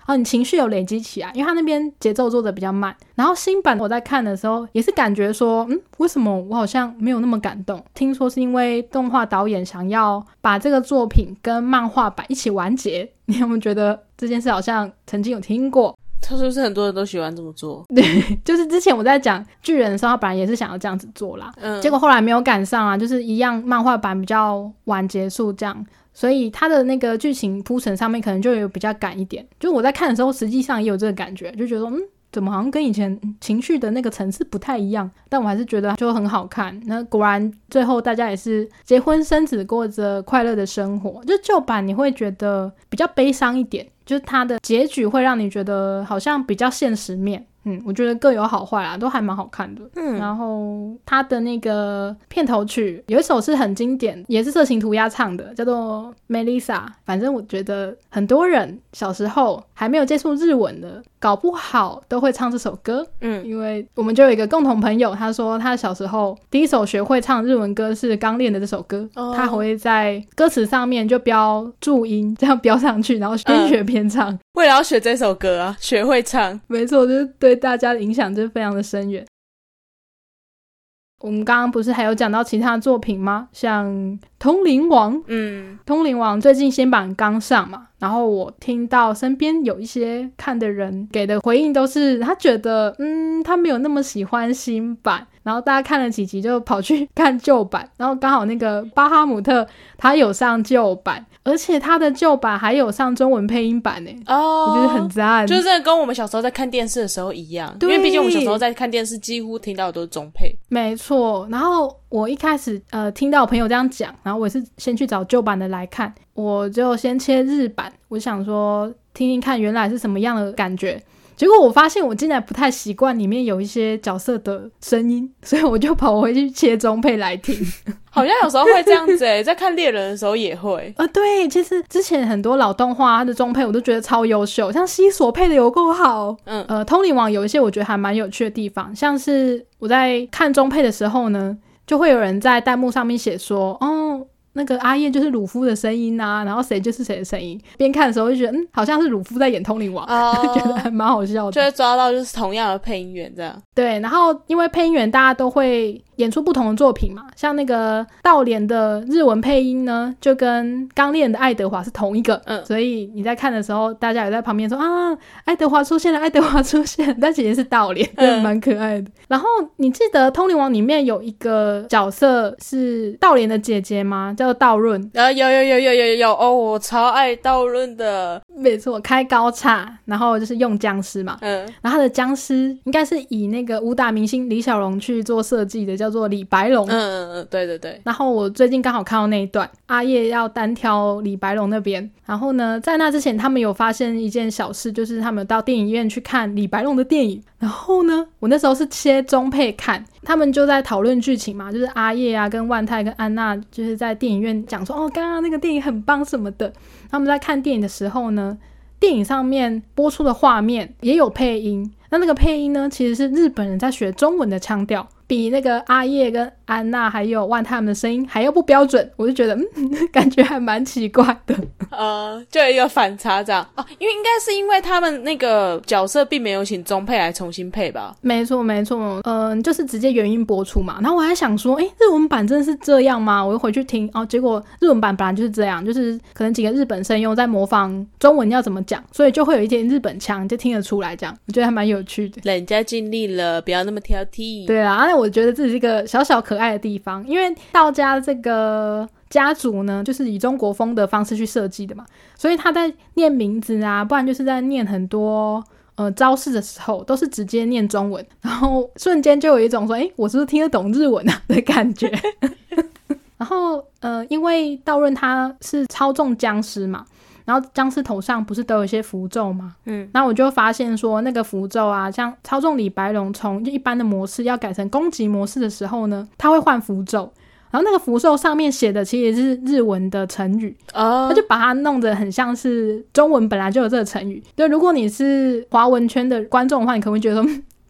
然后你情绪有累积起来，因为他那边节奏做的比较慢。然后新版我在看的时候也是感觉说嗯，为什么我好像没有那么感动，听说是因为动画导演想要把这个作品跟漫画版一起完结。你有没有觉得这件事好像曾经有听过？ 他是不是很多人都喜欢这么做？ 对，就是之前我在讲巨人的时候他本来也是想要这样子做啦，嗯，结果后来没有赶上啊，就是一样漫画版比较晚结束这样，所以他的那个剧情铺陈上面可能就有比较赶一点。就我在看的时候实际上也有这个感觉，就觉得说嗯，怎么好像跟以前情绪的那个层次不太一样，但我还是觉得就很好看。那果然最后大家也是结婚生子，过着快乐的生活。就旧版你会觉得比较悲伤一点，就是它的结局会让你觉得好像比较现实面。嗯，我觉得各有好坏啦，都还蛮好看的。嗯，然后他的那个片头曲有一首是很经典，也是色情涂鸦唱的，叫做 Melissa。 反正我觉得很多人小时候还没有接触日文的，搞不好都会唱这首歌。嗯，因为我们就有一个共同朋友，他说他小时候第一首学会唱日文歌是刚练的这首歌。哦，他会在歌词上面就标注音，这样标上去，然后边学边唱。嗯， 为了要学这首歌啊，学会唱。 没错，就是对大家的影响就是非常的深远。我们刚刚不是还有讲到其他作品吗？像通灵王，嗯，通灵王最近新版刚上嘛，然后我听到身边有一些看的人给的回应都是他觉得嗯，他没有那么喜欢新版，然后大家看了几集就跑去看旧版，然后刚好那个巴哈姆特他有上旧版，而且他的旧版还有上中文配音版耶。哦，我觉得很赞， 就是真的跟我们小时候在看电视的时候一样，因为毕竟我们小时候在看电视几乎听到的都是中配。 没错，然后我一开始呃听到我朋友这样讲，然后我也是先去找旧版的来看，我就先切日版，我想说听听看原来是什么样的感觉。结果我发现我竟然不太习惯里面有一些角色的声音，所以我就跑回去切中配来听。 好像有时候会这样子耶，在看猎人的时候也会。 呃，对，其实之前很多老动画它的中配我都觉得超优秀，像西索配的有够好。嗯，呃，通灵王有一些我觉得还蛮有趣的地方，像是我在看中配的时候呢，就会有人在弹幕上面写说，哦，那个阿叶就是鲁夫的声音啊，然后谁就是谁的声音。边看的时候就觉得嗯，好像是鲁夫在演通灵王。哦，觉得还蛮好笑的， 就会抓到就是同样的配音员这样。 对，然后因为配音员大家都会演出不同的作品嘛，像那个道连的日文配音呢就跟刚练的爱德华是同一个。嗯，所以你在看的时候大家有在旁边说啊，爱德华出现了，爱德华出现了，但其实是道连，真的蛮可爱的。嗯，然后你记得通灵王里面有一个角色是道连的姐姐吗？叫做道润。 啊，有有有有有有哦，我超爱道润的。 没错，开高叉，然后就是用僵尸嘛。嗯，然后他的僵尸应该是以那个武打明星李小龙去做设计的，叫做李白龙。 嗯嗯嗯，对对对。 然后我最近刚好看到那一段，阿叶要单挑李白龙那边，然后呢在那之前他们有发现一件小事，就是他们到电影院去看李白龙的电影，然后呢我那时候是切中配看，他们就在讨论剧情嘛，就是阿叶啊跟万泰跟安娜就是在电影院讲说哦，刚刚那个电影很棒什么的。他们在看电影的时候呢，电影上面播出的画面也有配音，那那个配音呢其实是日本人在学中文的腔调，比那个阿叶跟安娜还有万泰他们的声音还要不标准，我就觉得嗯，感觉还蛮奇怪的。 呃，就有一个反差这样哦，因为应该是因为他们那个角色并没有请中配来重新配吧。 没错没错，嗯、呃，就是直接原音播出嘛。然后我还想说诶，日文版真的是这样吗？我就回去听哦，结果日文版本来就是这样，就是可能几个日本声优在模仿中文要怎么讲，所以就会有一点日本腔，就听得出来这样，我觉得还蛮有趣的。 人家尽力了，不要那么挑剔。 对啊，那我觉得这是一个小小可爱的地方，因为道家这个家族呢就是以中国风的方式去设计的嘛，所以他在念名字啊，不然就是在念很多呃招式的时候都是直接念中文，然后瞬间就有一种说诶，我是不是听得懂日文啊的感觉。然后呃，因为道润他是操纵僵尸嘛，然后僵尸头上不是都有一些符咒吗？嗯，那我就发现说那个符咒啊，像操纵李白龙从一般的模式要改成攻击模式的时候呢，他会换符咒，然后那个符咒上面写的其实是日文的成语，哦，他就把它弄得很像是中文本来就有这个成语。对，如果你是华文圈的观众的话，你可能会觉得说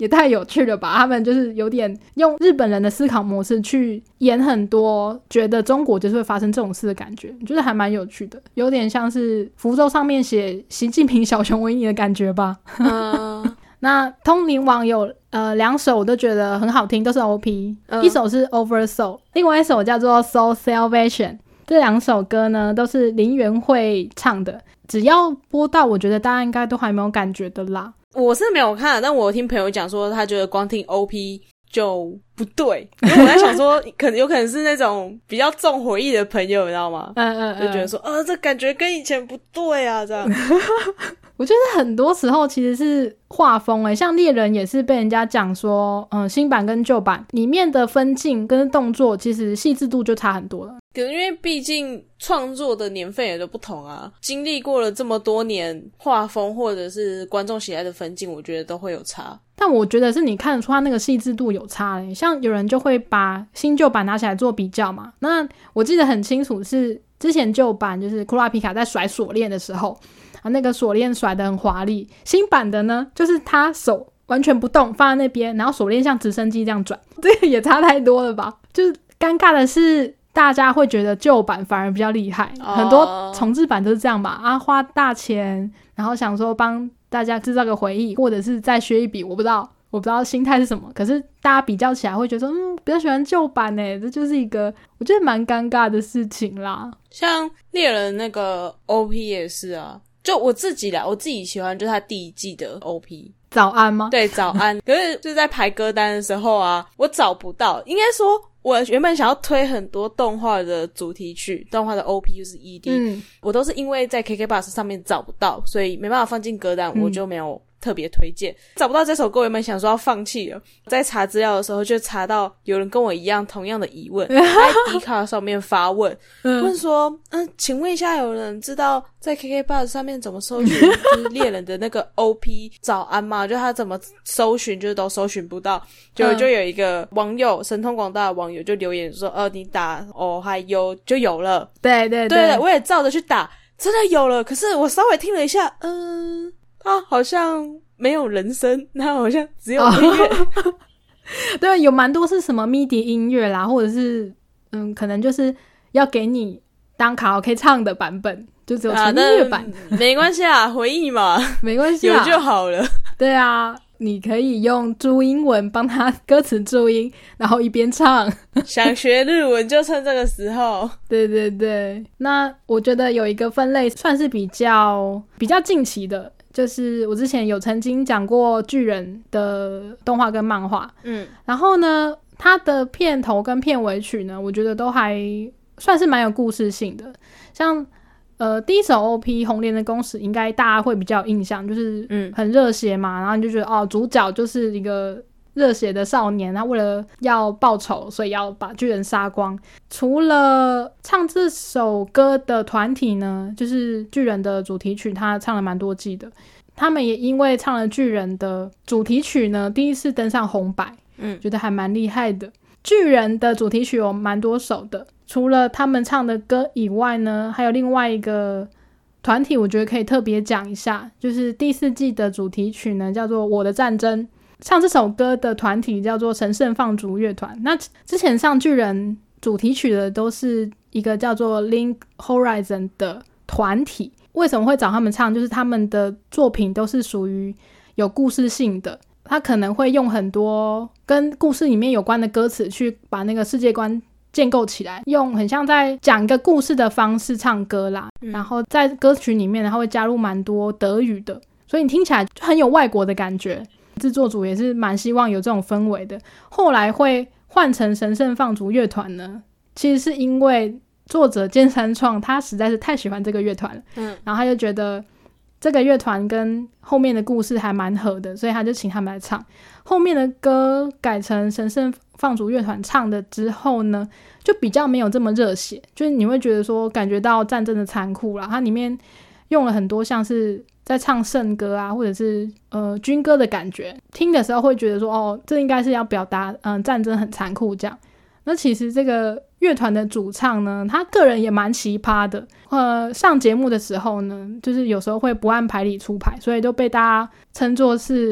也太有趣了吧，他们就是有点用日本人的思考模式去演很多觉得中国就是会发生这种事的感觉，我觉得还蛮有趣的，有点像是符咒上面写习近平小熊维尼的感觉吧。嗯那通灵王有呃两首我都觉得很好听，都是 O P、嗯、一首是 Oversoul， 另外一首叫做 Soul Salvation， 这两首歌呢都是林元慧唱的，只要播到我觉得大家应该都还没有感觉的啦。 我是没有看，但我听朋友讲说他觉得光听 O P 就不对，因为我在想说可能有可能是那种比较重回忆的朋友你知道吗，嗯嗯嗯，就觉得说呃这感觉跟以前不对啊这样。 我觉得很多时候其实是画风诶，像猎人也是被人家讲说嗯，新版跟旧版里面的分镜跟动作其实细致度就差很多了， 可能因为毕竟创作的年份也都不同啊，经历过了这么多年，画风或者是观众喜爱的分镜我觉得都会有差， 但我觉得是你看得出它那个细致度有差诶，像有人就会把新旧版拿起来做比较嘛，那我记得很清楚是之前旧版就是库拉皮卡在甩锁链的时候啊，那个锁链甩得很华丽，新版的呢就是他手完全不动放在那边，然后锁链像直升机这样转，这个也差太多了吧，就是尴尬的是大家会觉得旧版反而比较厉害、哦、很多重制版都是这样吧，啊花大钱然后想说帮大家制造个回忆或者是再削一笔，我不知道我不知道心态是什么，可是大家比较起来会觉得说嗯比较喜欢旧版耶，这就是一个我觉得蛮尴尬的事情啦。 像猎人那个 O P 也是啊，就我自己啦，我自己喜欢就是他第一季的 O P 早安吗？ 对，早安。可是就是在排歌单的时候啊，我找不到，应该说我原本想要推很多动画的主题曲，动画的 O P 就是 E D、嗯、我都是因为在 K K B O X 上面找不到，所以没办法放进歌单、嗯、我就没有特别推荐。找不到这首歌我原本想说要放弃了，在查资料的时候就查到有人跟我一样同样的疑问，在 D 卡上面发问问说嗯，请问一下有人知道在 K K B O X 上面怎么搜寻就是猎人的那个 O P 早安吗？就他怎么搜寻就是都搜寻不到，就就有一个网友神通广大的网友就留言说呃，你打哦还有就有了， 对对对, 对我也照着去打，真的有了，可是我稍微听了一下嗯、呃他好像没有人声，他好像只有音乐、oh. 对，有蛮多是什么 M I D I 音乐啦，或者是嗯，可能就是要给你当卡拉 OK 唱的版本，就只有纯音乐版、 啊、没关系啊，回忆嘛没关系啊， 有就好了。 对啊，你可以用注英文帮他歌词注音，然后一边唱想学日文就趁这个时候。 对对对，那我觉得有一个分类算是比较比较近期的，就是我之前有曾经讲过巨人的动画跟漫画，嗯，然后呢它的片头跟片尾曲呢我觉得都还算是蛮有故事性的，像呃第一首 O P 红莲的公使应该大家会比较有印象，就是很热血嘛，然后你就觉得哦主角就是一个热血的少年，他为了要报仇所以要把巨人杀光。除了唱这首歌的团体呢，就是巨人的主题曲他唱了蛮多季的，他们也因为唱了巨人的主题曲呢第一次登上红白，嗯，觉得还蛮厉害的。巨人的主题曲有蛮多首的，除了他们唱的歌以外呢，还有另外一个团体我觉得可以特别讲一下，就是第四季的主题曲呢叫做我的战争，唱这首歌的团体叫做神圣放逐乐团。那之前上巨人主题曲的都是一个叫做 Link Horizon 的团体，为什么会找他们唱，就是他们的作品都是属于有故事性的，他可能会用很多跟故事里面有关的歌词去把那个世界观建构起来，用很像在讲一个故事的方式唱歌啦、嗯、然后在歌曲里面他会加入蛮多德语的，所以你听起来就很有外国的感觉。制作组也是蛮希望有这种氛围的，后来会换成神圣放逐乐团呢，其实是因为作者剑山创他实在是太喜欢这个乐团了，嗯，然后他就觉得这个乐团跟后面的故事还蛮合的，所以他就请他们来唱。后面的歌改成神圣放逐乐团唱的之后呢，就比较没有这么热血，就是你会觉得说感觉到战争的残酷啦，它里面用了很多像是在唱圣歌啊，或者是呃军歌的感觉，听的时候会觉得说哦，这应该是要表达嗯、呃、战争很残酷这样。那其实这个乐团的主唱呢，他个人也蛮奇葩的，呃上节目的时候呢，就是有时候会不按牌理出牌，所以都被大家称作是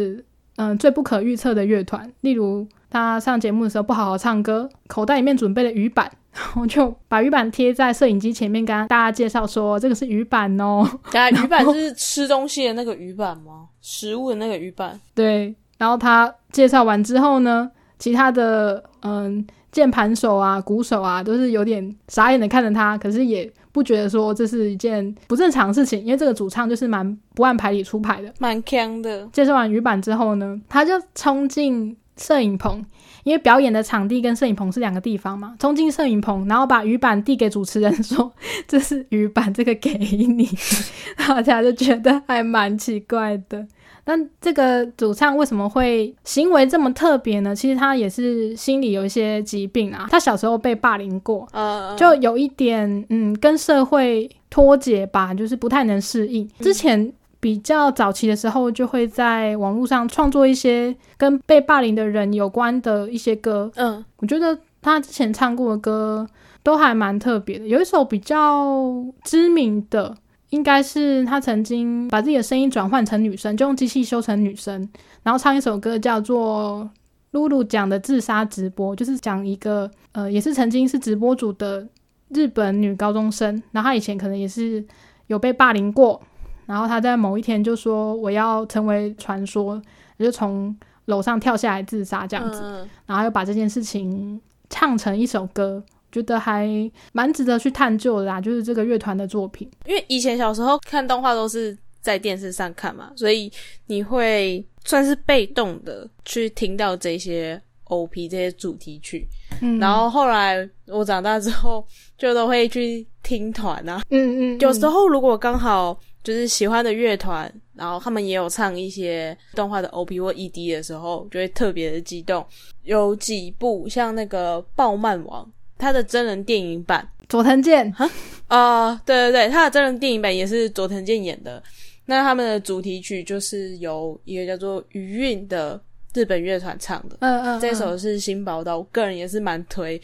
嗯最不可预测的乐团，例如他上节目的时候不好好唱歌，口袋里面准备了鱼板，我就把鱼板贴在摄影机前面跟大家介绍说这个是鱼板哦。 等下鱼板是吃东西的那个鱼板吗？食物的那个鱼板？ 对，然后他介绍完之后呢，其他的嗯键盘手啊鼓手啊都是有点傻眼的看着他，可是也不觉得说这是一件不正常的事情，因为这个主唱就是蛮不按牌理出牌的， 蛮强的。 介绍完鱼板之后呢，他就冲进摄影棚，因为表演的场地跟摄影棚是两个地方嘛，冲进摄影棚，然后把鱼板递给主持人说这是鱼板，这个给你。大家就觉得还蛮奇怪的。但这个主唱为什么会行为这么特别呢？其实他也是心里有一些疾病啊，他小时候被霸凌过，呃、就有一点嗯跟社会脱节吧，就是不太能适应。之前比较早期的时候就会在网络上创作一些跟被霸凌的人有关的一些歌，嗯，我觉得他之前唱过的歌都还蛮特别的。有一首比较知名的应该是他曾经把自己的声音转换成女生，就用机器修成女生，然后唱一首歌叫做露露讲的自杀直播，就是讲一个呃也是曾经是直播主的日本女高中生，然后她以前可能也是有被霸凌过，然后她在某一天就说我要成为传说，就从楼上跳下来自杀这样子，嗯、然后又把这件事情唱成一首歌，觉得还蛮值得去探究的啦，就是这个乐团的作品。 因为以前小时候看动画都是在电视上看嘛，所以你会算是被动的去听到这些 O P 这些主题曲，嗯，然后后来我长大之后就都会去听团啊，嗯 嗯, 嗯，有时候如果刚好就是喜欢的乐团，然后他们也有唱一些动画的 O P 或 E D 的时候，就会特别的激动。有几部像那个暴漫王，他的真人电影版佐藤健啊，呃，对对对，他的真人电影版也是佐藤健演的。那他们的主题曲就是由一个叫做余韵的日本乐团唱的，嗯嗯嗯，这首是新宝岛，我个人也是蛮推，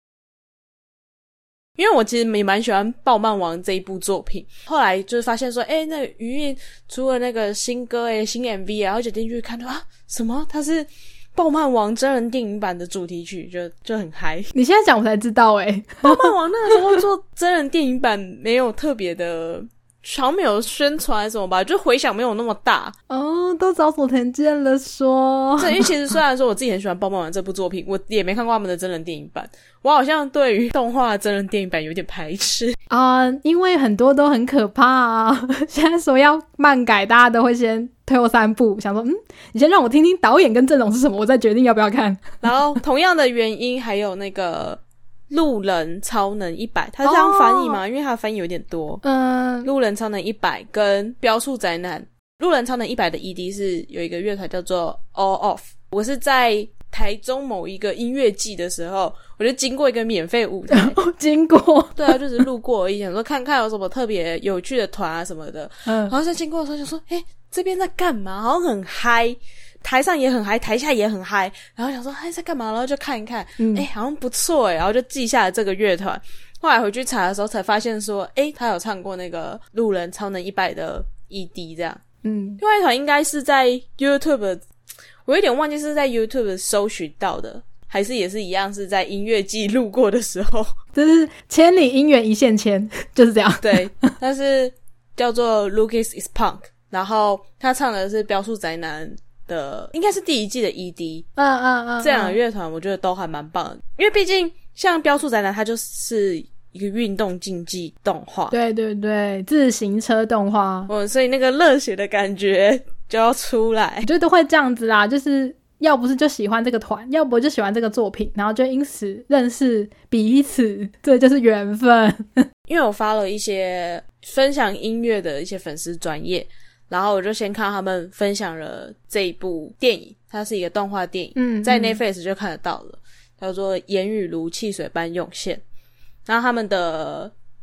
因为我其实也蛮喜欢暴漫王这一部作品。后来就是发现说，诶，那个余韵出了那个新歌诶，新 M V 啊，然后就进去看到啊，什么他是暴漫王真人电影版的主题曲，就就很嗨。 你现在讲我才知道诶， 暴漫王那个时候做真人电影版没有特别的，好像没有宣传什么吧，就回响没有那么大哦，都找佐藤健了说。 对，因为其实虽然说我自己很喜欢暴漫王这部作品，我也没看过他们的真人电影版，我好像对于动画真人电影版有点排斥啊、呃，因为很多都很可怕啊。现在说要漫改，大家都会先推后三步，想说嗯，你先让我听听导演跟阵容是什么，我再决定要不要看。 然后同样的原因还有那个路人超能一百，他是这样翻译吗？ Oh, 因为他的翻译有点多。嗯，路人超能一百跟标速宅男。路人超能一百的 E D 是有一个乐团叫做 All Off。我是在台中某一个音乐季的时候，我就经过一个免费舞台。 经过？对啊，就是路过而已，想说看看有什么特别有趣的团啊什么的。嗯，然后在经过的时候就说，诶，这边在干嘛？好像很嗨。台上也很嗨，台下也很嗨，然后想说哎在干嘛，然后就看一看，嗯，哎好像不错哎，然后就记下了这个乐团。后来回去查的时候才发现说，哎他有唱过那个路人超能一百的 E D 这样。嗯，另外一团应该是在 YouTube， 我有点忘记是在 YouTube 搜寻到的，还是也是一样是在音乐季路过的时候。 就是千里姻缘一线牵，就是这样。 对，但是叫做 Lucas is Punk， 然后他唱的是标速宅男的，应该是第一季的 E D。 嗯嗯嗯，这两个乐团我觉得都还蛮棒的，因为毕竟像标速宅男它就是一个运动竞技动画， 对对对，自行车动画， 哦，所以那个热血的感觉就要出来。 我觉得都会这样子啦，就是要不是就喜欢这个团，要不就喜欢这个作品，然后就因此认识彼此，这就是缘分。 因为我发了一些分享音乐的一些粉丝专页，然后我就先看他们分享了这一部电影，它是一个动画电影，嗯，在 Netflix 就看得到了，叫做《言语如汽水般涌现》。然后他们的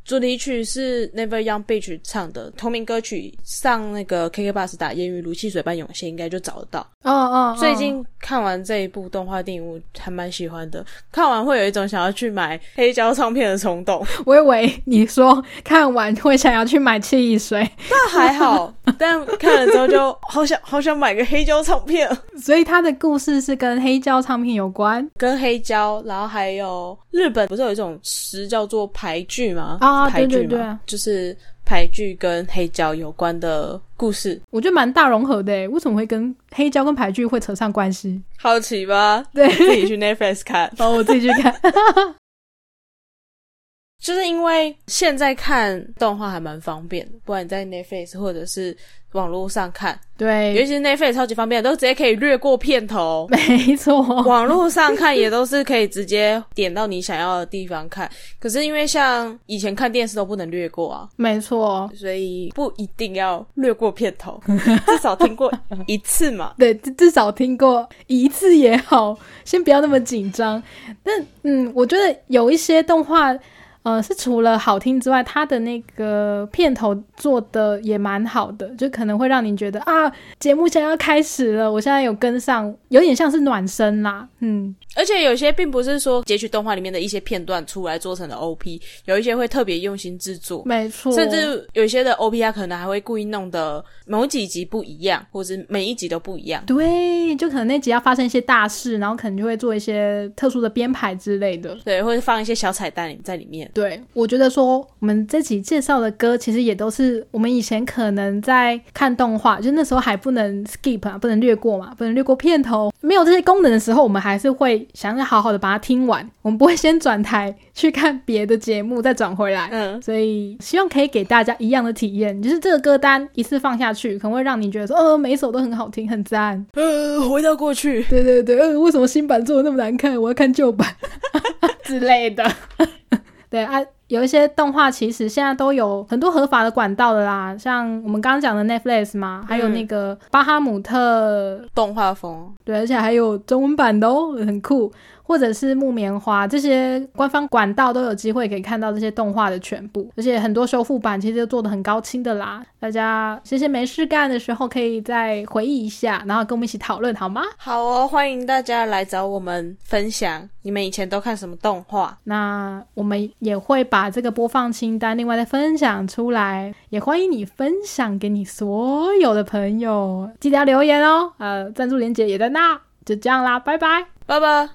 主题曲是 Never Young Beach 唱的，同名歌曲上那个 K K B O X 打烟雨如汽水般涌现应该就找得到。 哦哦， 最近看完这一部动画电影我还蛮喜欢的，看完会有一种想要去买黑胶唱片的冲动。 我以为你说看完会想要去买汽水， 但还好但看了之后就好想好想买个黑胶唱片。 所以他的故事是跟黑胶唱片有关， 跟黑胶，然后还有日本不是有一种词叫做牌剧吗？ 啊， 牌剧对对对， 就是牌剧跟黑胶有关的故事。 我觉得蛮大融合的耶，为什么会跟黑胶跟牌剧会扯上关系？ 好奇吧？ 对， 自己去 Netflix 看。 哦，我自己去看。 就是因为现在看动画还蛮方便的，不管你在 Netflix 或者是网络上看， 对， 尤其是 Netflix 超级方便，都直接可以略过片头。 没错， 网络上看也都是可以直接点到你想要的地方看。可是因为像以前看电视都不能略过啊， 没错， 所以不一定要略过片头，至少听过一次嘛。 对，至少听过一次也好，先不要那么紧张。但嗯，我觉得有一些动画呃，是除了好听之外，它的那个片头做的也蛮好的，就可能会让你觉得啊，节目现在要开始了，我现在有跟上，有点像是暖身啦。嗯， 而且有些并不是说截取动画里面的一些片段出来做成的 O P， 有一些会特别用心制作， 没错， 甚至有一些的 O P 它可能还会故意弄的某几集不一样，或者每一集都不一样。 对，就可能那集要发生一些大事，然后可能就会做一些特殊的编排之类的， 对，或者放一些小彩蛋在里面。 对，我觉得说我们这集介绍的歌其实也都是我们以前可能在看动画，就那时候还不能 skip 啊，不能略过嘛，不能略过片头，没有这些功能的时候，我们还是会想要好好的把它听完，我们不会先转台去看别的节目再转回来。嗯，所以希望可以给大家一样的体验，就是这个歌单一次放下去，可能会让你觉得说呃每一首都很好听，很赞， 呃回到过去， 对对对，呃为什么新版做的那么难看，我要看旧版之类的。对啊，有一些动画其实现在都有很多合法的管道的啦，像我们刚刚讲的 Netflix 嘛，还有那个巴哈姆特动画风， 对，而且还有中文版的哦，很酷。或者是木棉花，这些官方管道都有机会可以看到这些动画的全部，而且很多修复版其实都做得很高清的啦，大家这些没事干的时候可以再回忆一下，然后跟我们一起讨论好吗？ 好哦，欢迎大家来找我们分享你们以前都看什么动画， 那我们也会把这个播放清单另外再分享出来，也欢迎你分享给你所有的朋友，记得要留言哦，呃，赞助链接也在那，就这样啦，拜拜， 拜拜。